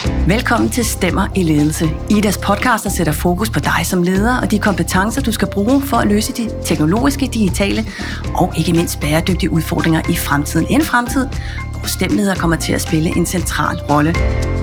Velkommen til Stemmer i Ledelse. Idas podcast, der sætter fokus på dig som leder og de kompetencer, du skal bruge for at løse de teknologiske, digitale og ikke mindst bæredygtige udfordringer i fremtiden. En fremtid, hvor stemmeleder kommer til at spille en central rolle.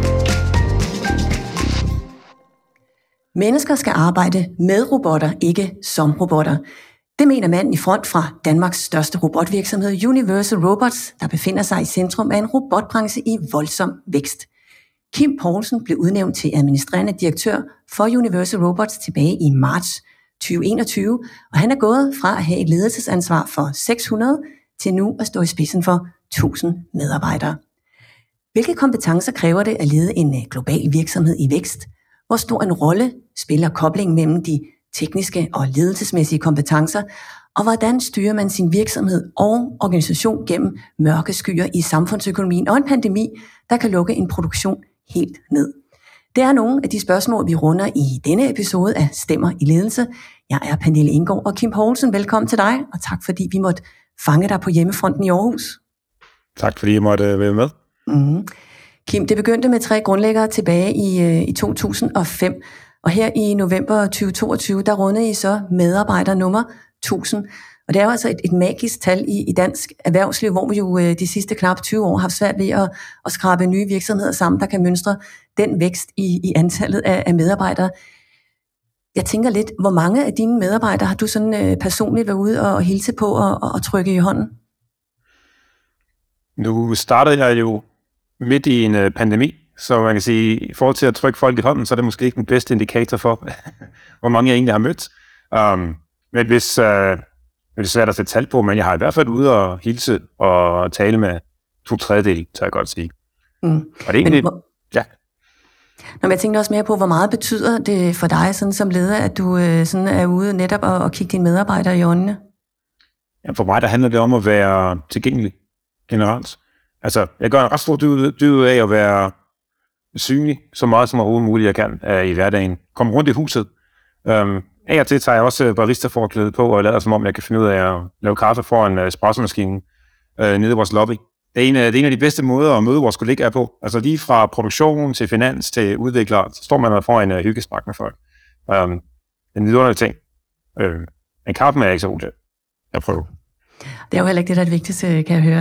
Mennesker skal arbejde med robotter, ikke som robotter. Det mener manden i front fra Danmarks største robotvirksomhed Universal Robots, der befinder sig i centrum af en robotbranche i voldsom vækst. Kim Poulsen blev udnævnt til administrerende direktør for Universal Robots tilbage i marts 2021, og han er gået fra at have et ledelsesansvar for 600 til nu at stå i spidsen for 1000 medarbejdere. Hvilke kompetencer kræver det at lede en global virksomhed i vækst? Hvor stor en rolle spiller koblingen mellem de tekniske og ledelsesmæssige kompetencer, og hvordan styrer man sin virksomhed og organisation gennem mørke skyer i samfundsøkonomien og en pandemi, der kan lukke en produktion helt ned? Det er nogle af de spørgsmål, vi runder i denne episode af Stemmer i Ledelse. Jeg er Pernille Enggaard, og Kim Poulsen, velkommen til dig, og tak fordi vi måtte fange dig på hjemmefronten i Aarhus. Tak fordi I måtte være med. Kim, det begyndte med 3 grundlæggere tilbage i 2005, og her i november 2022, der rundede I så medarbejder nummer 1000. Og det er jo altså et magisk tal i dansk erhvervsliv, hvor vi jo de sidste knap 20 år har haft svært ved at skrabe nye virksomheder sammen, der kan mønstre den vækst i antallet af medarbejdere. Jeg tænker lidt, hvor mange af dine medarbejdere har du sådan personligt været ude og hilse på og trykke i hånden? Nu startede jeg jo midt i en pandemi, så man kan sige, i forhold til at trykke folk i hånden, så er det måske ikke den bedste indikator for, hvor mange jeg egentlig har mødt. Men hvis det er svært at sætte tal på, men jeg har i hvert fald ude og hilse og tale med 2/3, så jeg godt sige. Og det er egentlig, ja. Nå, men jeg tænkte også mere på, hvor meget betyder det for dig sådan som leder, at du sådan er ude netop og kigge dine medarbejdere i øjnene? Ja, for mig der handler det om at være tilgængelig generelt. Altså, jeg gør en ret stor dyd af at være synlig, så meget som overhovedet muligt jeg kan i hverdagen. Komme rundt i huset. Af og til tager jeg også barista-forklæde på og lader som om, jeg kan finde ud af at lave kaffe foran espresso-maskinen nede i vores lobby. Det er en af de bedste måder at møde vores kollegaer på. Altså lige fra produktion til finans til udviklere, så står man der foran en hyggesnak med folk. En vidunderlig ting. En kaffe er jeg ikke så god til. Jeg prøver. Det er jo heller ikke det, der er det vigtigste, kan jeg høre.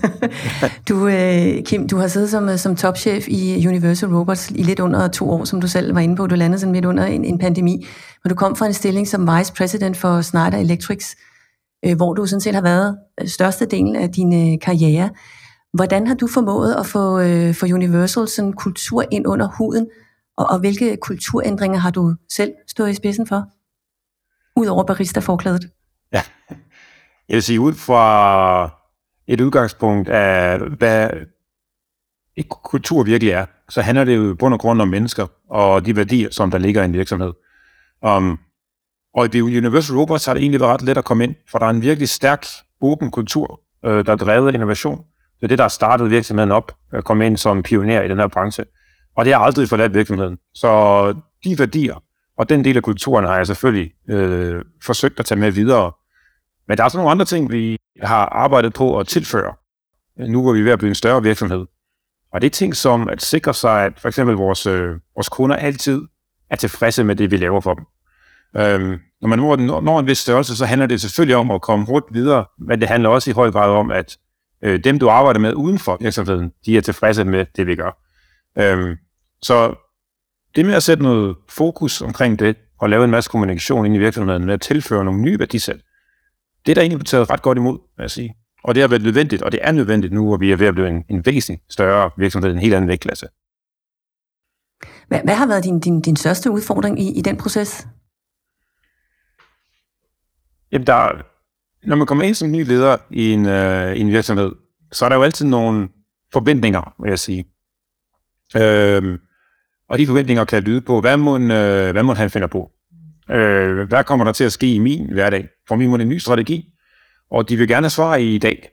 Kim, du har siddet som topchef i Universal Robots i lidt under 2 år, som du selv var inde på. Du landede sådan midt under en pandemi. Men du kom fra en stilling som vice president for Schneider Electrics, hvor du sådan set har været størstedelen af din karriere. Hvordan har du formået at få Universal sådan kultur ind under huden, og hvilke kulturændringer har du selv stået i spidsen for? Udover barista-forklædet. Ja. Jeg vil sige, ud fra et udgangspunkt af, hvad et kultur virkelig er, så handler det jo i bund og grund om mennesker og de værdier, som der ligger i en virksomhed. Og i Universal Robots har det egentlig været ret let at komme ind, for der er en virkelig stærk, åben kultur, der er drevet af innovation. Det er det, der har startet virksomheden op, at komme ind som pioner i den her branche. Og det har aldrig forladt virksomheden. Så de værdier og den del af kulturen har jeg selvfølgelig forsøgt at tage med videre. Men der er også nogle andre ting, vi har arbejdet på at tilføre, nu hvor vi er ved at blive en større virksomhed. Og det er ting som at sikre sig, at for eksempel vores kunder altid er tilfredse med det, vi laver for dem. Når man når en vis størrelse, så handler det selvfølgelig om at komme hurtigt videre, men det handler også i høj grad om, at dem, du arbejder med uden for virksomheden, de er tilfredse med det, vi gør. Så det med at sætte noget fokus omkring det, og lave en masse kommunikation ind i virksomheden, med at tilføre nogle nye værdisæt, det er der egentlig blevet taget ret godt imod, vil jeg sige. Og det har været nødvendigt, og det er nødvendigt nu, hvor vi er ved at blive en væsentlig større virksomhed, en helt anden vægtklasse. Hvad har været din største udfordring i den proces? Jamen, når man kommer ind som ny leder i en virksomhed, så er der jo altid nogle forventninger, vil jeg sige. Og de forventninger kan lyde på, hvad må han finde på? Hvad kommer der til at ske i min hverdag? For mig må det en ny strategi, og de vil gerne svare i dag.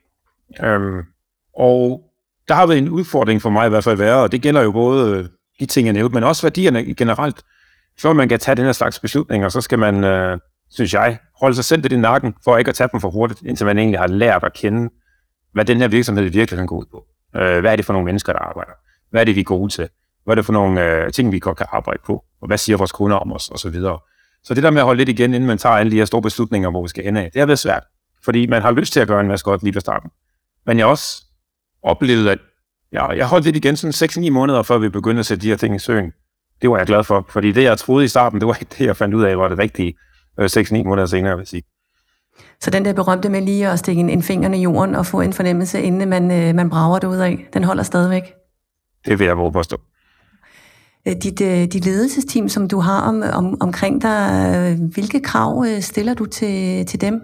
Og der har været en udfordring for mig i hvert fald været, og det gælder jo både de ting, jeg nævnte, men også værdierne generelt. Før man kan tage den her slags beslutninger, så skal man, synes jeg, holde sig selv lidt i nakken, for ikke at tage dem for hurtigt, indtil man egentlig har lært at kende, hvad den her virksomhed i virkeligheden går ud på. Hvad er det for nogle mennesker, der arbejder? Hvad er det, vi er gode til? Hvad er det for nogle ting, vi godt kan arbejde på? Og hvad siger vores kunder om os? Og så videre. Så det der med at holde lidt igen, inden man tager alle de her store beslutninger, hvor vi skal ende af, det har været svært. Fordi man har lyst til at gøre en masse godt lige fra starten. Men jeg har også oplevet, at jeg holdt lidt igen sådan 6-9 måneder, før vi begyndte at sætte de her ting i søen. Det var jeg glad for, fordi det, jeg troede i starten, det var ikke det, jeg fandt ud af, var det rigtige 6-9 måneder senere, vil sige. Så den der berømte med lige at stikke en finger i jorden og få en fornemmelse, inden man brager det ud af, den holder stadigvæk? Det vil jeg våge påstå. Dit ledelsesteam, som du har omkring dig, hvilke krav stiller du til dem?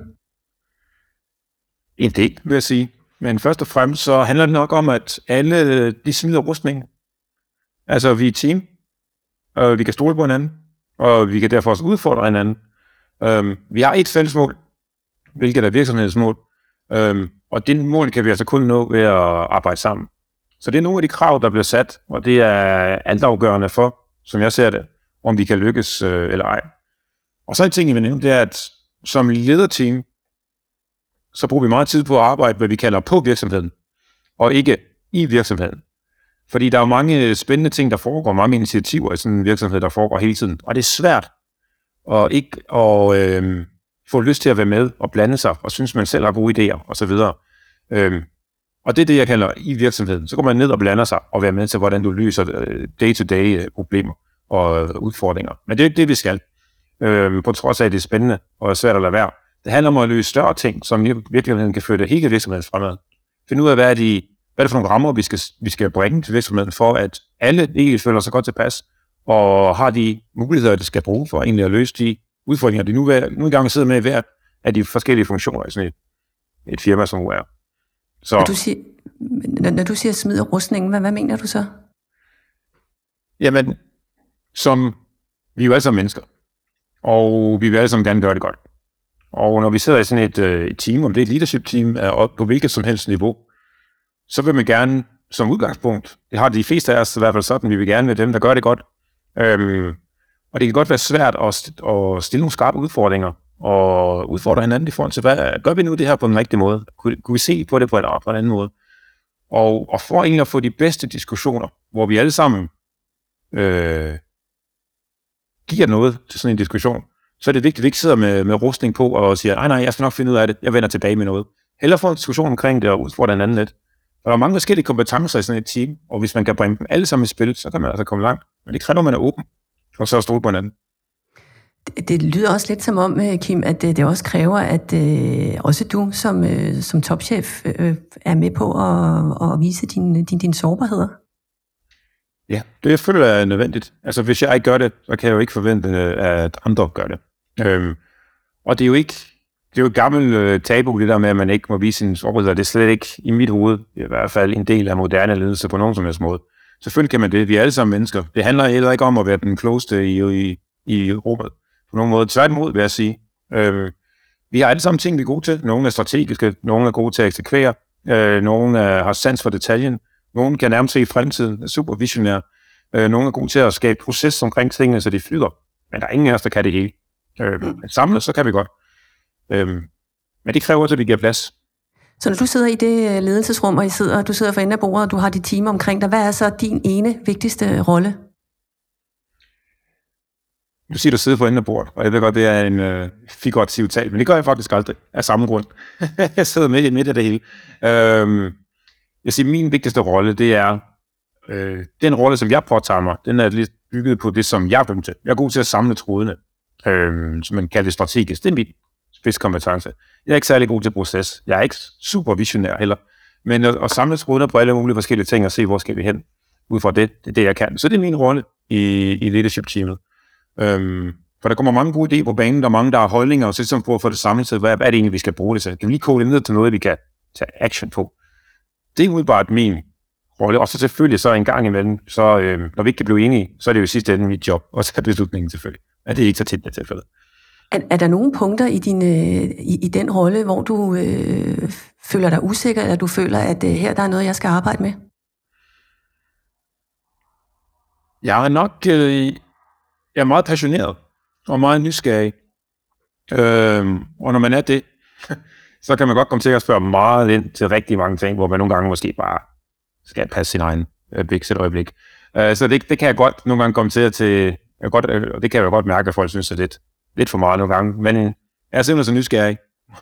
En del, vil jeg sige. Men først og fremmest så handler det nok om, at alle de smider rustning. Altså, vi er et team, og vi kan stole på hinanden, og vi kan derfor også udfordre hinanden. Vi har et fælles mål, hvilket er virksomhedsmål, og det mål kan vi altså kun nå ved at arbejde sammen. Så det er nogle af de krav, der bliver sat, og det er altafgørende for, som jeg ser det, om vi kan lykkes eller ej. Og så en ting, jeg vil nævne, det er, at som lederteam, så bruger vi meget tid på at arbejde, hvad vi kalder på virksomheden, og ikke i virksomheden. Fordi der er mange spændende ting, der foregår, mange initiativer i sådan en virksomhed, der foregår hele tiden. Og det er svært at få lyst til at være med og blande sig, og synes, man selv har gode idéer, osv. Og det er det, jeg kalder i virksomheden. Så går man ned og blander sig og være med til, hvordan du løser day-to-day problemer og udfordringer. Men det er ikke det, vi skal. På trods af, at det er spændende og svært at lade være. Det handler om at løse større ting, som i virkeligheden kan føre det hele virksomheden fremad. Finde ud af, hvad er det for nogle rammer, vi skal bringe til virksomheden, for at alle egentlig føler sig godt tilpas, og har de muligheder, det skal bruge for egentlig at løse de udfordringer, de nu engang sidder med i hver af de forskellige funktioner i sådan et firma, som er. Så, når du siger smid og rustning, hvad mener du så? Jamen, vi er jo alle sammen mennesker, og vi vil alle sammen gerne gøre det godt. Og når vi sidder i sådan et team, om det er et leadership-team, på hvilket som helst niveau, så vil man gerne som udgangspunkt, det har de fleste af os i hvert fald sådan, vi vil gerne være dem, der gør det godt. Og det kan godt være svært at stille nogle skarpe udfordringer, og udfordre hinanden i forhold til, hvad gør vi nu det her på den rigtige måde? Kunne vi se på det på en anden måde? Og for egentlig at få de bedste diskussioner, hvor vi alle sammen giver noget til sådan en diskussion, så er det vigtigt, at vi ikke sidder med rustning på og siger, nej, jeg skal nok finde ud af det, jeg vender tilbage med noget. Hellere få en diskussion omkring det og udfordre hinanden lidt. Der er mange forskellige kompetencer i sådan et team, og hvis man kan bringe dem alle sammen i spil, så kan man altså komme langt. Men det kræver, at man er åben, og så stole på hinanden. Det lyder også lidt som om, Kim, at det også kræver, at også du som topchef er med på at vise dine sårbarheder. Ja, det jeg føler er nødvendigt. Altså hvis jeg ikke gør det, så kan jeg jo ikke forvente, at andre gør det. Og det er jo et gammelt tabu, det der med, at man ikke må vise sine sårbarheder. Det er slet ikke i mit hoved, i hvert fald en del af moderne ledelse på nogen som helst måde. Selvfølgelig kan man det. Vi er alle sammen mennesker. Det handler heller ikke om at være den klogeste i rummet. På nogen måde. Tværtimod, vil jeg sige. Vi har alle sammen ting, vi er gode til. Nogle er strategiske, nogle er gode til at eksekvere, nogle har sans for detaljen, nogle kan nærmest se i fremtiden, er super visionære, nogle er gode til at skabe proces omkring tingene, så de flyder. Men der er ingen af os, der kan det hele. Samlet, så kan vi godt. Men det kræver også, at vi giver plads. Så når du sidder i det ledelsesrum, og du sidder for enden af bordet, og du har dit team omkring dig, hvad er så din ene vigtigste rolle? Du siger, du sidder for enden af bordet, og jeg ved godt, det er en figurativ tal, men det gør jeg faktisk aldrig af samme grund. Jeg sidder midt af det hele. Jeg siger, min vigtigste rolle, det er den rolle, som jeg påtager mig, den er lidt bygget på det, som jeg er dømt til. Jeg er god til at samle trådene, som man kalder det strategisk. Det er mit spidskompetence. Jeg er ikke særlig god til proces. Jeg er ikke super visionær heller. Men at samle trådene på alle mulige forskellige ting og se, hvor skal vi hen ud fra det er det, jeg kan. Så det er min rolle i leadership-teamet. For der kommer mange gode idéer på banen, der er mange, der har holdninger, og så ligesom på at få det samlet til, hvad er det egentlig, vi skal bruge det til? Kan vi lige kode det ned til noget, vi kan tage action på? Det er udbart min rolle, og så selvfølgelig så en gang imellem, så når vi ikke kan blive enige, så er det jo i sidste ende mit job, og så er beslutningen selvfølgelig. Det er ikke så tit det tilfælde. Er der nogle punkter i den rolle, hvor du føler dig usikker, eller du føler, at her der er noget, jeg skal arbejde med? Jeg er nok jeg er meget passioneret og meget nysgerrig. Og når man er det, så kan man godt komme til at spørge meget ind til rigtig mange ting, hvor man nogle gange måske bare skal passe sin egen blik et øjeblik. Så det kan jeg godt nogle gange komme til og det kan jeg godt mærke, at folk synes, det er lidt for meget nogle gange, men jeg er simpelthen så nysgerrig.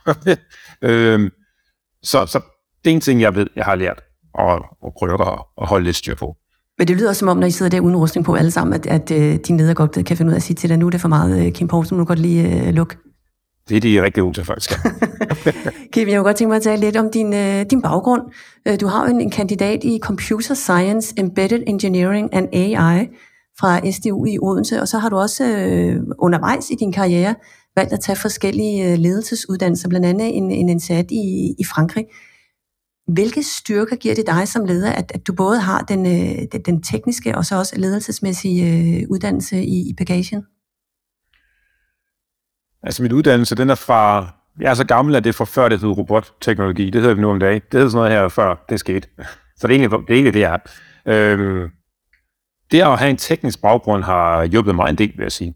Så det er en ting, jeg ved, jeg har lært, og prøver at holde lidt styr på. Men det lyder også som om, når I sidder der uden rustning på alle sammen, at dine ledere godt kan finde ud af at sige til dig, nu er det for meget, Kim Poulsen, nu kan du godt lige lukke. Det er de rigtig gode til, faktisk. Kim, jeg kunne godt tænke mig at tale lidt om din baggrund. Du har jo en kandidat i Computer Science, Embedded Engineering and AI fra SDU i Odense, og så har du også undervejs i din karriere valgt at tage forskellige ledelsesuddannelser, blandt andet en indsat i Frankrig. Hvilke styrker giver det dig som leder, at du både har den tekniske og så også ledelsesmæssige uddannelse i bagagen? Altså min uddannelse, den er fra... Jeg er så gammel, at det er fra før, det hed robotteknologi. Det hedder vi nu om dagen. Det hedder sådan noget her, før det skete. Så det er egentlig det, jeg er. Det at have en teknisk baggrund har hjulpet mig en del, vil jeg sige.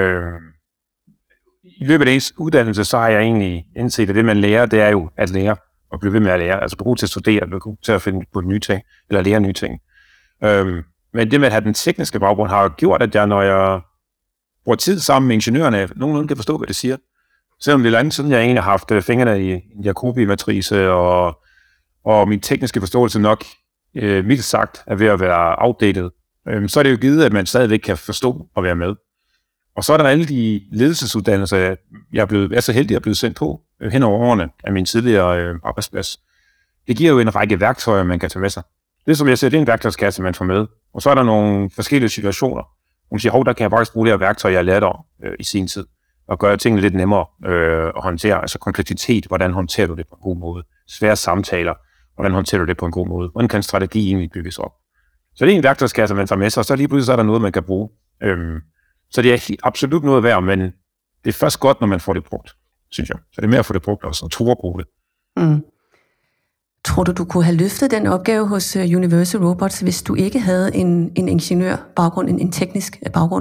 I løbet af ens uddannelse, så har jeg egentlig indset, at det, man lærer, det er jo at lære og blive ved med at lære. Altså bruge til at studere, blive til at finde på nye ting, eller lære nye ting. Men det med at have den tekniske baggrund har gjort, at jeg, når jeg bruger tid sammen med ingeniørerne, nogenlunde kan forstå, hvad det siger. Selvom det er langt siden, jeg egentlig har haft fingrene i en Jacobi-matrice, og min tekniske forståelse nok, mildt sagt, er ved at være outdated, så er det jo givet, at man stadigvæk kan forstå og være med. Og så er der alle de ledelsesuddannelser, jeg er så heldig at blive sendt på hen over årene af min tidligere arbejdsplads. Det giver jo en række værktøjer, man kan tage med sig. Det, som jeg siger, det er en værktøjskasse, man får med. Og så er der nogle forskellige situationer. Hun siger, der kan jeg faktisk bruge det her værktøj, jeg lærte om i sin tid, og gøre tingene lidt nemmere at håndtere. Altså kompleksitet, hvordan håndterer du det på en god måde? Svære samtaler, hvordan håndterer du det på en god måde? Hvordan kan en strategi egentlig bygges op? Så det er en værktøjskasse, man tager med sig, og så lige pludselig så er der noget, man kan bruge. Så det er absolut noget værd, men det er først godt, når man får det brugt, synes jeg. Så det er mere at få det brugt også, og turde at bruge det. Mm. Tror du kunne have løftet den opgave hos Universal Robots, hvis du ikke havde en ingeniørbaggrund, en teknisk baggrund?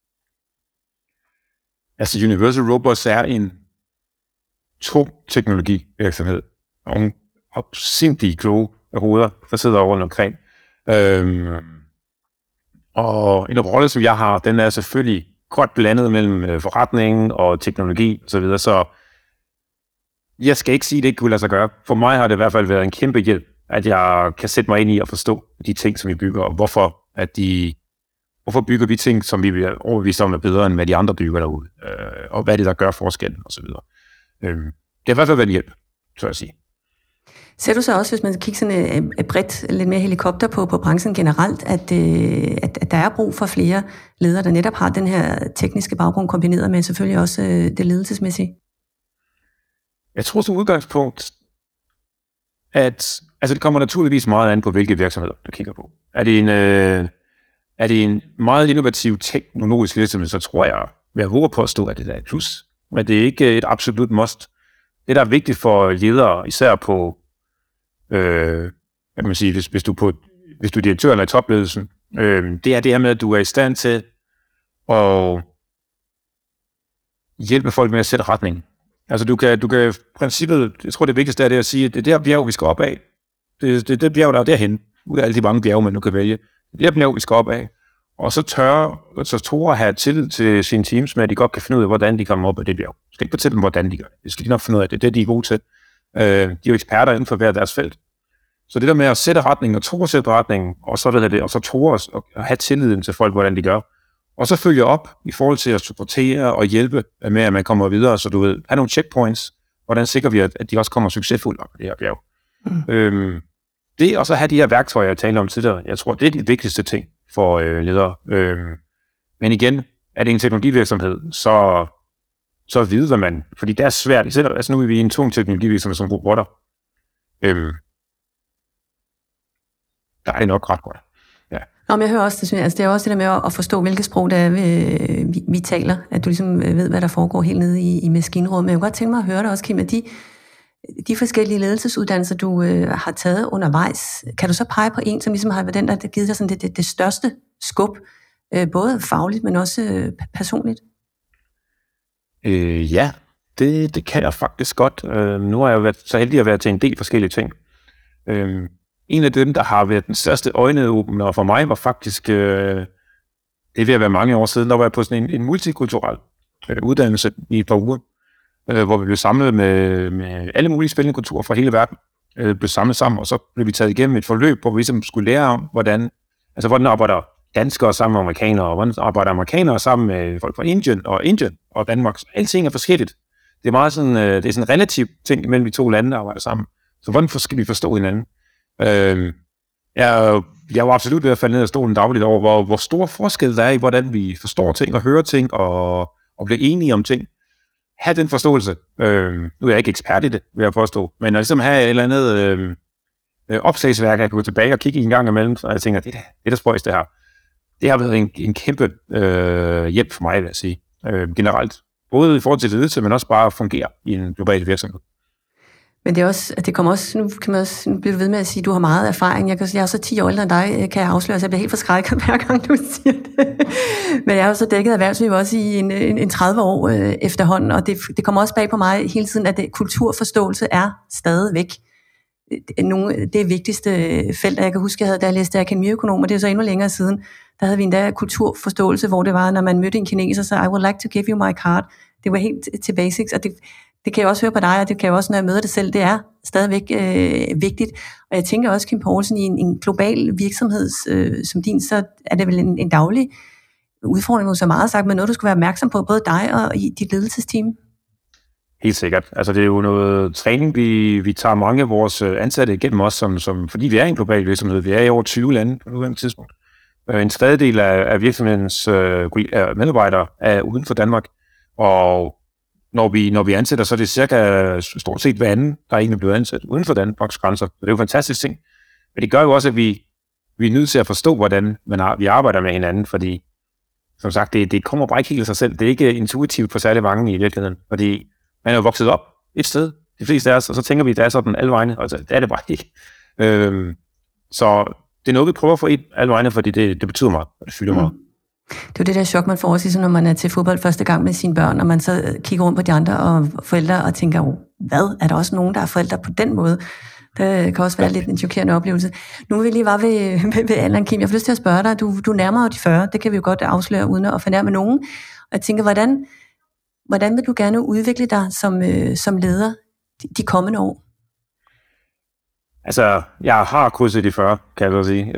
Altså Universal Robots er en tung teknologivirksomhed. Nogle opsindige kloge hoveder, der sidder rundt omkring. Og en rolle, som jeg har, den er selvfølgelig godt blandet mellem forretningen og teknologi osv., så jeg skal ikke sige, at det ikke kunne lade sig gøre. For mig har det i hvert fald været en kæmpe hjælp, at jeg kan sætte mig ind i at forstå de ting, som vi bygger, og hvorfor bygger vi ting, som vi er overbevist om er bedre, end hvad de andre bygger derude, og hvad det der gør forskellen osv. Det har i hvert fald været en hjælp, så jeg sige. Ser du så også, hvis man kigger sådan et bredt, lidt mere helikopter på branchen generelt, at der er brug for flere ledere, der netop har den her tekniske baggrund kombineret med selvfølgelig også det ledelsesmæssige? Jeg tror som udgangspunkt, at det kommer naturligvis meget an på, hvilke virksomheder du kigger på. Er det en meget innovativ teknologisk virksomhed, så tror jeg håber påstå, at det er et plus. Men det er ikke et absolut must. Det, der er vigtigt for ledere, især på kan man sige, hvis du er direktør eller i topledelsen, det er det her med, at du er i stand til at hjælpe folk med at sætte retning. Altså du kan princippet, jeg tror det vigtigste er det at sige, at det er der bjerg, vi skal op af. Det er det bjerg, der er derhen, ud af alle de mange bjerge, man nu kan vælge. Det er der bjerg, vi skal op af. Og så tør at have tillid til sine teams med, at de godt kan finde ud af, hvordan de kommer op af det bjerg. Jeg skal ikke fortælle dem, hvordan de gør det. Det skal de nok finde ud af, det er det, de er gode til. De er jo eksperter inden for hver deres felt. Så det der med at sætte retningen, og tro at sætte retningen, og så tro at have tilliden til folk, hvordan de gør. Og så følge op i forhold til at supportere og hjælpe med, at man kommer videre, så du ved, have nogle checkpoints, hvordan sikrer vi, at de også kommer succesfuldt op på det her bjerg. Det og så have de her værktøjer, jeg talte om tidligere, jeg tror, det er de vigtigste ting for ledere. Men igen, er det en teknologivirksomhed, så ved hvad man, fordi det er svært, altså nu er vi i en tung teknologivirksomhed som robotter. Der er det nok ret godt. Ja. Nå, men jeg hører også, det er også det der med at forstå, hvilket sprog det er, vi taler, at du ligesom ved, hvad der foregår helt nede i maskinrummet. Men jeg kunne godt tænke mig at høre dig også, Kim, at de forskellige ledelsesuddannelser, du har taget undervejs, kan du så pege på en, som ligesom har været den, der givet dig sådan det største skub, både fagligt, men også personligt? Ja, det kan jeg faktisk godt. Nu har jeg været så heldig at være til en del forskellige ting. en af dem, der har været den største øjenåbner for mig, var faktisk, det er ved at være mange år siden, der var jeg på sådan en multikulturel uddannelse i et par uger, hvor vi blev samlet med alle mulige spændende kulturer fra hele verden, blev samlet sammen, og så blev vi taget igennem et forløb, hvor vi ligesom skulle lære om, hvordan arbejder danskere sammen med amerikanere, og hvordan arbejder amerikanere sammen med folk fra Indien og Danmark. Så alting er forskelligt. Det er meget sådan, det er sådan en relativ ting mellem de to lande, der arbejder sammen. Så hvordan skal vi forstå hinanden? Jeg var absolut ved at falde ned af stolen dagligt over, hvor stor forskel der er i, hvordan vi forstår ting og hører ting og bliver enige om ting. Have den forståelse. Nu er jeg ikke ekspert i det, vil jeg påstå, men at ligesom have et eller andet opslagsværk, jeg kan gå tilbage og kigge i en gang imellem, og jeg tænker, det er der spøjs det her. Det har været en kæmpe hjælp for mig, vil jeg sige, generelt. Både i forhold til ledelse, men også bare at fungere i en global virksomhed. Men det kommer også, nu bliver du ved med at sige, at du har meget erfaring. Jeg er så 10 år ældre end dig, kan jeg afsløre, så jeg bliver helt forskrækket hver gang, du siger det. Men jeg har jo så dækket erhvervsliv også i en 30 år efterhånden, og det kommer også bag på mig hele tiden, at kulturforståelse er stadigvæk det vigtigste felt, jeg kan huske, da jeg læste akademiøkonom, og det er så endnu længere siden, der havde vi endda kulturforståelse, hvor det var, når man mødte en kineser, så I would like to give you my card. Det var helt til basics, og det kan jeg også høre på dig, og det kan jeg også, når jeg møder det selv, det er stadigvæk vigtigt. Og jeg tænker også, Kim Poulsen, i en global virksomhed som din, så er det vel en daglig udfordring, så meget sagt, men noget, du skal være opmærksom på, både dig og i dit ledelsesteam. Helt sikkert. Altså det er jo noget træning, vi tager mange af vores ansatte igennem også, som fordi vi er en global virksomhed. Vi er i over 20 lande på nuværende tidspunkt. En tredjedel af virksomhedens medarbejdere er uden for Danmark, og når vi ansætter, så er det cirka stort set hver anden, der er egentlig blevet ansat uden for Danmarks grænser. Så det er jo en fantastisk ting. Men det gør jo også, at vi er nødt til at forstå, hvordan vi arbejder med hinanden, fordi som sagt, det kommer bare ikke helt af sig selv. Det er ikke intuitivt for særlig mange i virkeligheden, fordi man er jo vokset op et sted, de fleste af os, og så tænker vi, at det er sådan alle vegne, og det er det bare ikke. Så det er noget, vi prøver at få ind alle vegne, fordi det betyder meget, og det fylder meget. Det er jo det der chok, man får også, når man er til fodbold første gang med sine børn, og man så kigger rundt på de andre og forældre og tænker, hvad? Er der også nogen, der er forældre på den måde? Det kan også være lidt en chokerende oplevelse. Nu vil vi lige ved Allan, Kim. Jeg får lyst til at spørge dig. Du nærmer dig de 40, det kan vi jo godt afsløre, uden at fornærme nogen. Og jeg tænker, hvordan vil du gerne udvikle dig som leder de kommende år? Altså, jeg har krydset de 40, kan jeg sige.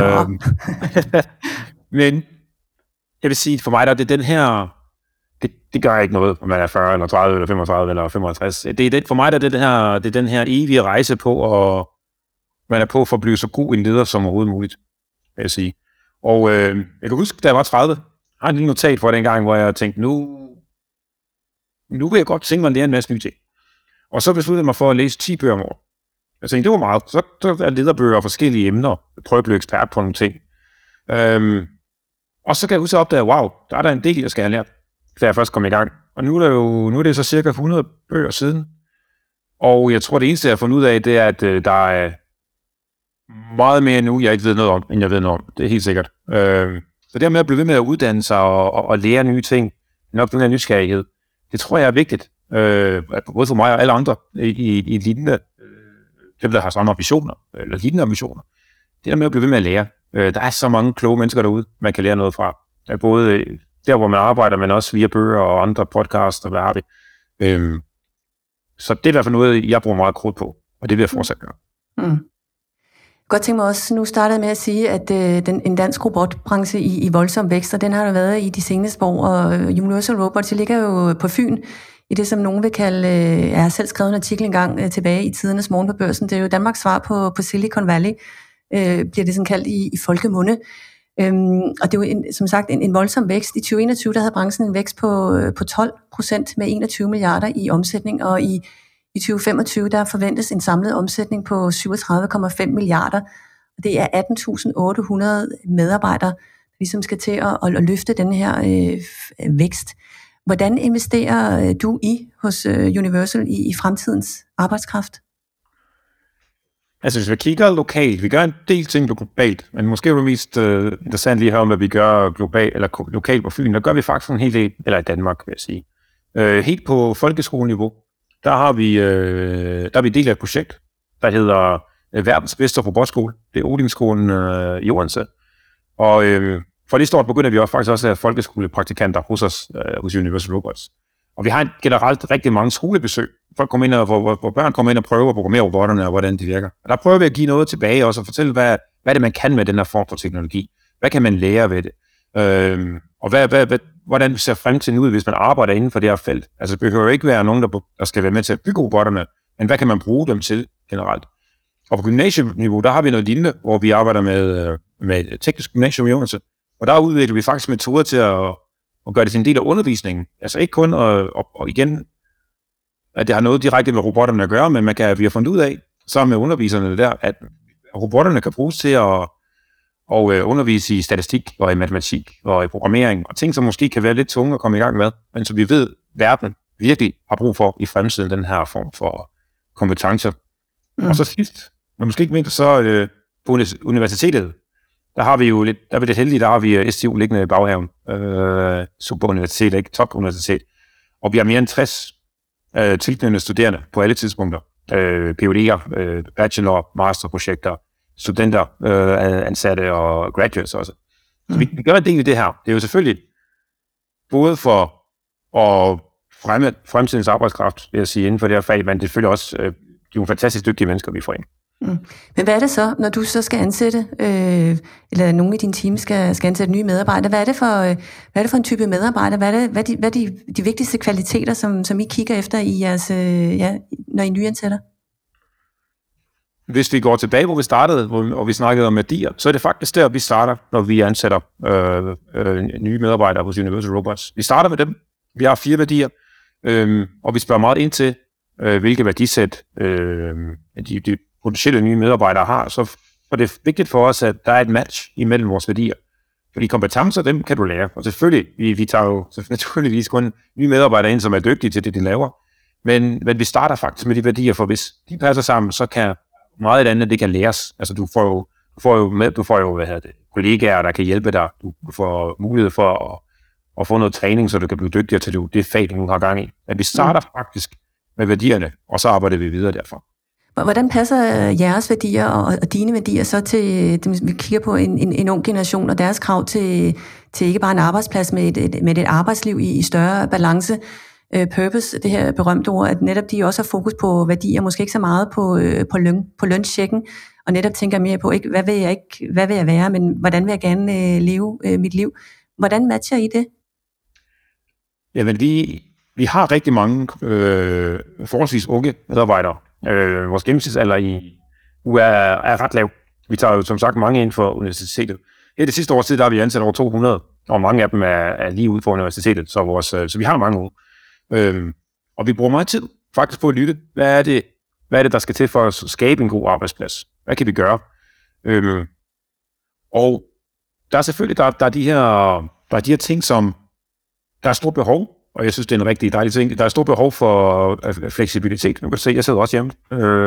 Men jeg vil sige, for mig der er det den her, det gør ikke noget, om man er 40 eller 30 eller 35 eller 55. For mig der er det den her evige rejse på, og man er på for at blive så god en leder som overhovedet muligt, vil jeg sige. Og jeg kan huske, da jeg var 30, jeg har en lille notat fra den gang, hvor jeg tænkte, nu vil jeg godt tænke mig at lære en masse nye ting. Og så besluttede jeg mig for at læse 10 bøger om året. Jeg tænkte, det var meget. Så er lederbøger og forskellige emner. Prøve at blive ekspert på nogle ting. Og så kan jeg huske at opdage, wow, der er der en del, jeg skal have lært, da jeg først kom i gang. Og nu er det så cirka 100 bøger siden. Og jeg tror, det eneste, jeg har fundet ud af, det er, at der er meget mere nu, jeg ikke ved noget om, end jeg ved noget om. Det er helt sikkert. Så det med at blive ved med at uddanne sig og lære nye ting, nok den her nysgerrighed, det tror jeg er vigtigt. Både for mig og alle andre i lignende, dem der har samme ambitioner, eller lignende ambitioner. Det der med at blive ved med at lære. Der er så mange kloge mennesker derude, man kan lære noget fra. Både der, hvor man arbejder, men også via bøger og andre podcasts, og hvad har vi. Så det er i hvert fald noget, jeg bruger meget krudt på, og det vil jeg fortsat gøre. Godt tænke mig også, nu startede med at sige, at en dansk robotbranche i voldsom vækst, og den har der været i de seneste år, og Universal Robots, det ligger jo på Fyn, i det, som nogen vil kalde, jeg har selv skrevet en artikel engang tilbage i tidernes morgen på børsen, det er jo Danmarks svar på Silicon Valley, bliver det sådan kaldt i folkemunde. Og det er jo som sagt en voldsom vækst. I 2021 der havde branchen en vækst på 12% med 21 milliarder i omsætning, og i 2025 der forventes en samlet omsætning på 37,5 milliarder. Og det er 18.800 medarbejdere, der ligesom skal til at løfte den her vækst. Hvordan investerer du hos Universal i fremtidens arbejdskraft? Altså hvis vi kigger lokalt, vi gør en del ting globalt, men måske er det mest interessant lige at høre om, hvad vi gør globalt eller lokalt på Fyn. Der gør vi faktisk en hel del, eller i Danmark vil jeg sige. Helt på folkeskoleniveau, der er vi del af et projekt, der hedder verdens bedste robotskole. Det er Odin-skolen i Odense. Og for det stort begynder vi faktisk også at have folkeskolepraktikanter hos os, hos Universal Robots. Og vi har generelt rigtig mange skolebesøg. Folk kommer ind, hvor børn kommer ind og prøver at programmere robotterne, og hvordan de virker. Og der prøver vi at give noget tilbage også, og fortælle, hvad det man kan med den her form for teknologi. Hvad kan man lære ved det? Og hvordan ser fremtiden ud, hvis man arbejder inden for det her felt? Altså, det behøver jo ikke være nogen, der skal være med til at bygge robotterne, men hvad kan man bruge dem til generelt? Og på gymnasieniveau, der har vi noget lignende, hvor vi arbejder med et teknisk gymnasium i Odense, og der udvikler vi faktisk metoder til at gøre det til en del af undervisningen. Altså ikke kun, og igen, at det har noget direkte med robotterne at gøre, men vi har fundet ud af, sammen med underviserne der, at robotterne kan bruges til at undervise i statistik og i matematik og i programmering, og ting, som måske kan være lidt tunge at komme i gang med, men som vi ved, verden virkelig har brug for i fremtiden, den her form for kompetencer. Og så sidst, men måske ikke mindst, så på universitetet, der har vi jo lidt, der er vi lidt heldige, der har vi STU liggende i baghaven, superuniversitet, ikke topuniversitet, og vi har mere end 60 tilknyttede studerende på alle tidspunkter, PhD'er, bachelor, masterprojekter, studenter, ansatte og graduates også. Så vi gør en del i det her. Det er jo selvfølgelig både for at fremme fremtidens arbejdskraft, vil jeg sige, inden for det her fag, men det er selvfølgelig også de er fantastisk dygtige mennesker, vi får ind. Men hvad er det så, når du så skal ansætte, eller nogen i din team skal ansætte nye medarbejdere? Hvad er det for en type medarbejder? Hvad er de vigtigste kvaliteter, som I kigger efter i jeres, når I nyansætter? Hvis vi går tilbage, hvor vi startede, og vi snakkede om værdier, så er det faktisk der, vi starter, når vi ansætter nye medarbejdere hos Universal Robots. Vi starter med dem. Vi har 4 værdier, og vi spørger meget ind til, hvilke værdisæt de potentielle nye medarbejdere har. Så er det vigtigt for os, at der er et match imellem vores værdier. Fordi kompetencer, dem kan du lære. Og selvfølgelig, vi tager jo naturligvis kun nye medarbejdere ind, som er dygtige til det, de laver. Men vi starter faktisk med de værdier, for hvis de passer sammen, så kan meget af det andet, det kan læres. Altså du får jo kollegaer, der kan hjælpe dig. Du får mulighed for at få noget træning, så du kan blive dygtigere til det fag, du har gang i. Men vi starter faktisk med værdierne, og så arbejder vi videre derfra. Hvordan passer jeres værdier og dine værdier så til, vi kigger på en ung generation og deres krav til ikke bare en arbejdsplads med et arbejdsliv i større balance? Purpose, det her berømte ord, at netop de også har fokus på værdier, måske ikke så meget på lønchecken, og netop tænker mere på, ikke, hvad vil jeg være, men hvordan vil jeg gerne leve mit liv? Hvordan matcher I det? Jamen, vi har rigtig mange forholdsvis unge medarbejdere. Vores gennemsnitsalder i EU er ret lav. Vi tager jo som sagt mange ind for universitetet. Det sidste års tid, der har vi ansat over 200, og mange af dem er lige ude for universitetet, så vi har mange unge. Og vi bruger meget tid faktisk på at lytte. Hvad er det, der skal til for at skabe en god arbejdsplads? Hvad kan vi gøre? Og der er selvfølgelig der er de her ting, som der er stort behov, og jeg synes, det er en rigtig dejlig ting. Der er stort behov for fleksibilitet. Nu kan du se, jeg sidder også hjemme.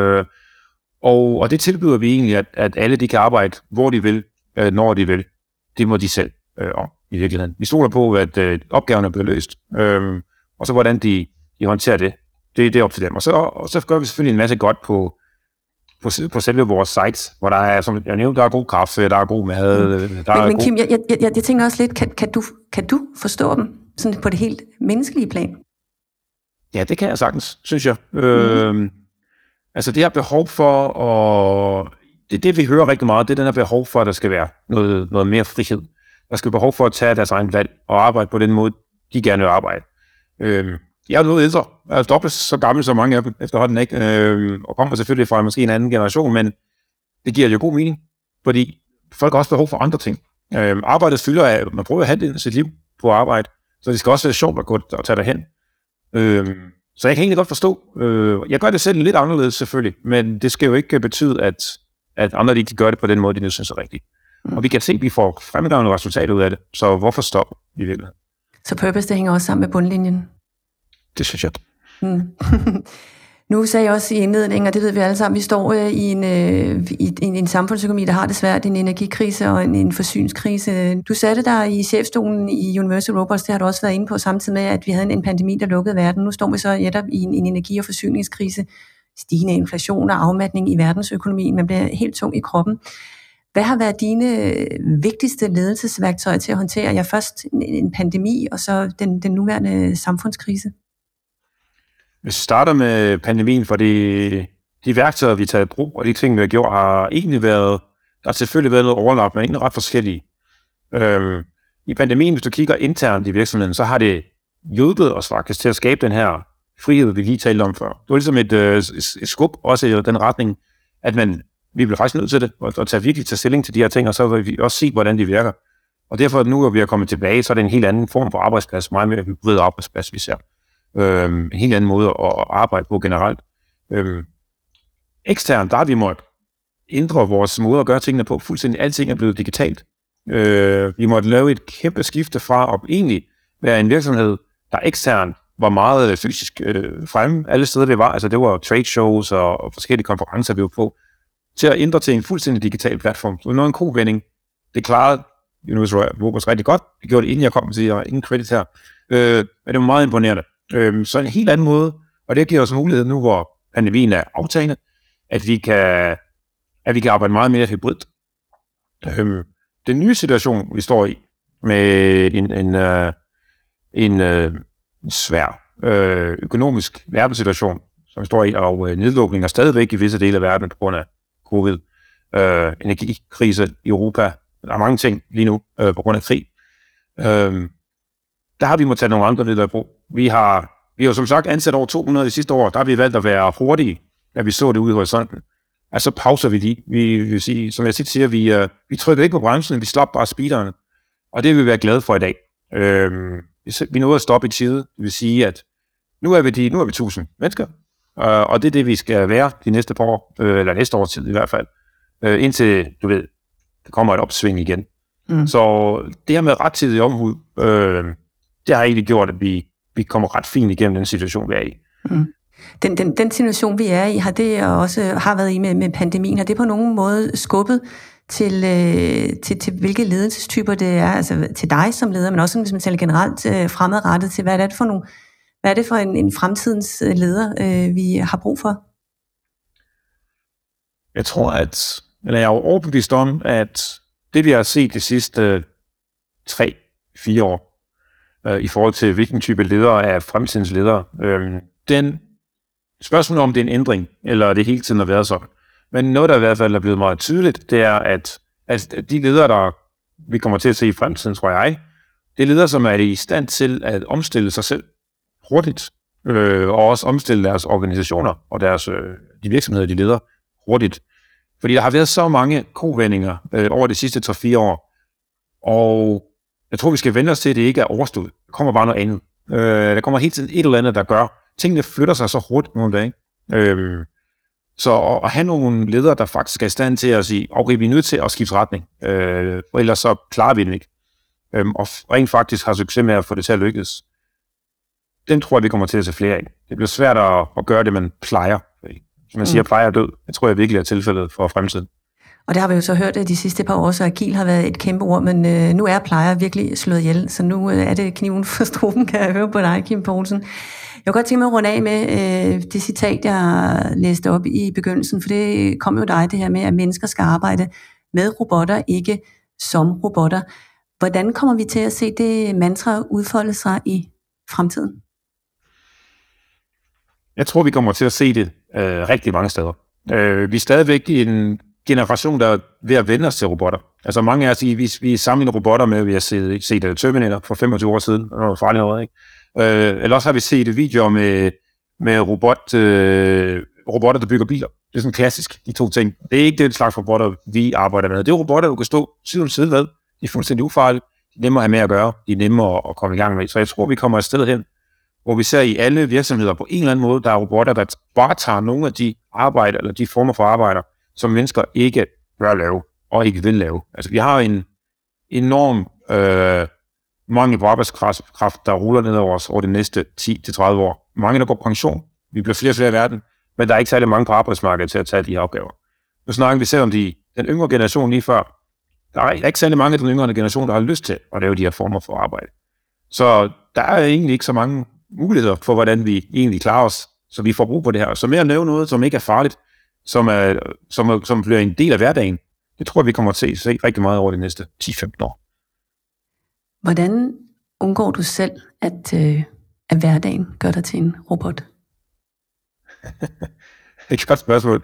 Og det tilbyder vi egentlig, at alle de kan arbejde, hvor de vil, når de vil. Det må de selv om i virkeligheden. Vi stoler på, at opgaverne bliver løst. Og så hvordan de håndterer det. Det er op til dem. Og så gør vi selvfølgelig en masse godt på selve vores sites, hvor der er, som jeg nævnte, der er god kaffe, der er god mad. Men Kim, jeg tænker også lidt, kan du forstå dem sådan på det helt menneskelige plan? Ja, det kan jeg sagtens, synes jeg. Altså det her behov for det vi hører rigtig meget, det er den her behov for, at der skal være noget mere frihed. Der skal behov for at tage deres egen valg og arbejde på den måde, de gerne vil arbejde. Jeg er noget ældre, jeg er dobbelt så gammel som mange af dem efterhånden, ikke? Og kommer selvfølgelig fra måske en anden generation, men det giver jo god mening, fordi folk har også behov for andre ting. Arbejdet fylder af, man prøver at have det i sit liv på arbejde, så det skal også være sjovt at gå og tage derhen. Så jeg kan egentlig godt forstå, jeg gør det selv lidt anderledes selvfølgelig, men det skal jo ikke betyde, at andre de gør det på den måde, de nu synes er rigtigt. Og vi kan se, at vi får fremgående resultater ud af det, så hvorfor stoppe i virkeligheden? Så purpose, det hænger også sammen med bundlinjen? Det synes jeg. Nu sagde jeg også i indledningen, og det ved vi alle sammen, vi står i en samfundsøkonomi, der har det svært, en energikrise og en forsyningskrise. Du satte dig i chefstolen i Universal Robots, det har du også været inde på, samtidig med, at vi havde en pandemi, der lukkede verden. Nu står vi så netop i en energi- og forsyningskrise. stigende inflation og afmatning i verdensøkonomien. Man bliver helt tung i kroppen. Hvad har været dine vigtigste ledelsesværktøjer til at håndtere? Ja, først en pandemi, og så den nuværende samfundskrise. Hvis vi starter med pandemien, for de værktøjer, vi tager i brug, og de ting, vi har gjort, har egentlig været, der har selvfølgelig været noget overlap, men egentlig ret forskellige. I pandemien, hvis du kigger internt i virksomheden, så har det hjulpet os faktisk til at skabe den her frihed, vi lige talte om før. Det var ligesom et skub også i den retning, at vi blev faktisk nødt til det, og virkelig tage stilling til de her ting, og så vil vi også se, hvordan de virker. Og derfor nu, når vi er kommet tilbage, så er det en helt anden form for arbejdsplads, meget mere hybrid arbejdsplads, vi ser. En helt anden måde at arbejde på generelt. Eksternt, der har vi måttet ændre vores måde at gøre tingene på. Fuldstændig alting er blevet digitalt. Vi måtte lave et kæmpe skifte fra at egentlig være en virksomhed, der eksternt var meget fysisk fremme alle steder, det var. Altså det var trade shows og forskellige konferencer, vi var på, til at ændre til en fuldstændig digital platform. Så det var en kovending. Det klarede Universal Robots rigtig godt. Det gjorde det, inden jeg kom, så jeg har ingen credit her. Men det var meget imponerende. Så en helt anden måde, og det giver os mulighed nu, hvor pandemien er aftagende, at vi kan arbejde meget mere hybridt. Den nye situation, vi står i, med en svær økonomisk verdenssituation, som vi står i, og nedlukninger stadigvæk i visse dele af verden på grund af covid, energikrise i Europa, der er mange ting lige nu på grund af krig. Der har vi måttet tage nogle andre midler i brug. Vi har jo som sagt ansat over 200 i sidste år, der har vi valgt at være hurtige, da vi så det ude i horisonten. Altså pauser vi de. Vi vil sige, som jeg tit siger, vi trykker ikke på bremsen, vi slapper bare speederen. Og det vil vi være glade for i dag. Vi nåede at stoppe i tide. Det vil sige, at nu er vi 1000 mennesker. Og det er det, vi skal være de næste par år, eller næste års tid i hvert fald. Indtil, du ved, der kommer et opsving igen. Så det her med rettidig omhu, det har egentlig gjort, at vi kommer ret fint igennem den situation, vi er i. Den situation, vi er i, har været i med pandemien, har det på nogen måde skubbet til hvilke ledelsestyper det er, altså til dig som leder, men også hvis man taler generelt fremadrettet til, hvad er det for en fremtidens leder, vi har brug for? Jeg tror, jeg er overbevist om, at det vi har set de sidste 3-4 år, i forhold til hvilken type ledere er fremtidens ledere, den spørgsmål om det er en ændring, eller det hele tiden har været sådan. Men noget, der i hvert fald er blevet meget tydeligt, det er, at de ledere, der vi kommer til at se i fremtiden, tror jeg, det er ledere, som er i stand til at omstille sig selv hurtigt, og også omstille deres organisationer og de virksomheder, de leder hurtigt. Fordi der har været så mange kovendinger over de sidste 3-4 år, og jeg tror, vi skal vende os til, at det ikke er overstået. Der kommer bare noget andet. Der kommer hele tiden et eller andet, der gør, tingene flytter sig så hurtigt nogle dage. Så at have nogle ledere, der faktisk er i stand til at sige, okay, vi er nødt til at skifte retning, for ellers så klarer vi den ikke. Og rent faktisk har succes med at få det til at lykkes. Den tror jeg, vi kommer til at se flere af. Det bliver svært at gøre det, man plejer. Som man siger, plejer er død. Det tror jeg virkelig er tilfældet for fremtiden. Og det har vi jo så hørt de sidste par år, så agil har været et kæmpe ord, men nu er plejer virkelig slået ihjel, så nu er det kniven for struben, kan jeg høre på dig, Kim Poulsen. Jeg kan godt tænke mig at runde af med det citat, jeg læste op i begyndelsen, for det kom jo dig, det her med, at mennesker skal arbejde med robotter, ikke som robotter. Hvordan kommer vi til at se det mantra udfolde sig i fremtiden? Jeg tror, vi kommer til at se det rigtig mange steder. Vi er stadigvæk i en generation, der er ved at vende os til robotter. Altså mange af os, vi sammenligner robotter med, at vi har set Terminator for 25 år siden. Det var farligt noget, ikke? Eller også har vi set videoer med robotter, der bygger biler. Det er sådan klassisk, de to ting. Det er ikke det slags robotter, vi arbejder med. Det er robotter, der kan stå side om side ved. De er fuldstændig ufarlige. De er nemme at have med at gøre. De er nemme at komme i gang med. Så jeg tror, vi kommer et sted hen, hvor vi ser i alle virksomheder på en eller anden måde, der er robotter, der bare tager nogle af de arbejder, eller de former for arbejder, som mennesker ikke bør lave, og ikke vil lave. Altså, vi har en enorm mangel på arbejdskraft, der ruller ned over os over de næste 10-30 år. Mange, der går på pension. Vi bliver flere og flere i verden, men der er ikke særlig mange på arbejdsmarkedet til at tage de her opgaver. Nu snakker vi selv om den yngre generation lige før. Der er ikke særlig mange af den yngre generation, der har lyst til at lave de her former for arbejde. Så der er egentlig ikke så mange muligheder for, hvordan vi egentlig klarer os Så vi får brug for det her. Så med at lave noget, som ikke er farligt, som bliver en del af hverdagen, det tror jeg, vi kommer til at se rigtig meget over de næste 10-15 år. Hvordan undgår du selv, at hverdagen gør dig til en robot? Det er et godt spørgsmål.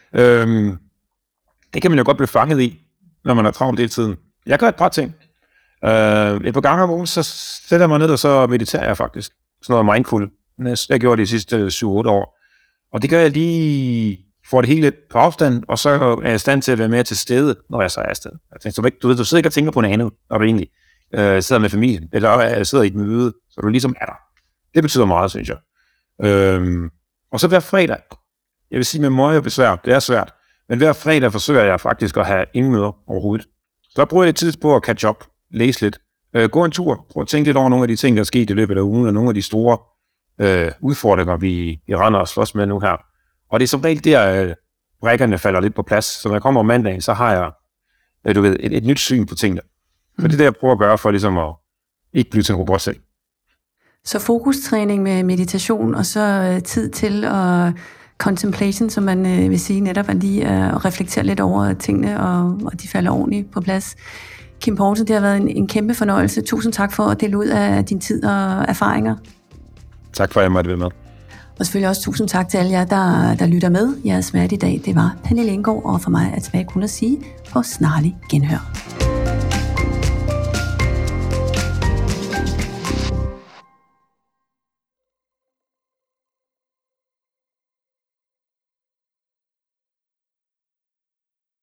Det kan man jo godt blive fanget i, når man er travlt hele tiden. Jeg gør et par ting. Et par gange om ugen, så sætter jeg mig ned, og så mediterer jeg faktisk. Sådan noget mindfulness. Jeg gjorde det de sidste 7-8 år. Og det gør jeg lige for det hele på afstand, og så er jeg i stand til at være mere til stede, når jeg så er afsted. Jeg tænker, du sidder ikke og tænker på noget andet, når du egentlig sidder med familien, eller sidder i et møde, så du ligesom er der. Det betyder meget, synes jeg. Og så hver fredag, jeg vil sige med møje og besvær, det er svært, men hver fredag forsøger jeg faktisk at have ingen møder overhovedet. Så der bruger jeg tid på at catch up, læse lidt, gå en tur, prøve at tænke lidt over nogle af de ting, der er sket i løbet af ugen, og nogle af de store udfordringer, vi render og slås med nu her. Og det er som regel der, brækkerne falder lidt på plads. Så når jeg kommer om mandagen, så har jeg et nyt syn på tingene. Så det er det, jeg prøver at gøre for ligesom at ikke blive til en robot selv. Så fokustræning med meditation, og så tid til at contemplation, som man vil sige netop, at lige at reflektere lidt over tingene, og de falder ordentligt på plads. Kim Poulsen, det har været en kæmpe fornøjelse. Tusind tak for at dele ud af din tid og erfaringer. Tak for, at jeg måtte være med. Og selvfølgelig også tusind tak til alle jer, der lytter med. Jeres vært i dag, det var Pernille Enggaard, og for mig er tilbage kun at sige på snarlig genhør.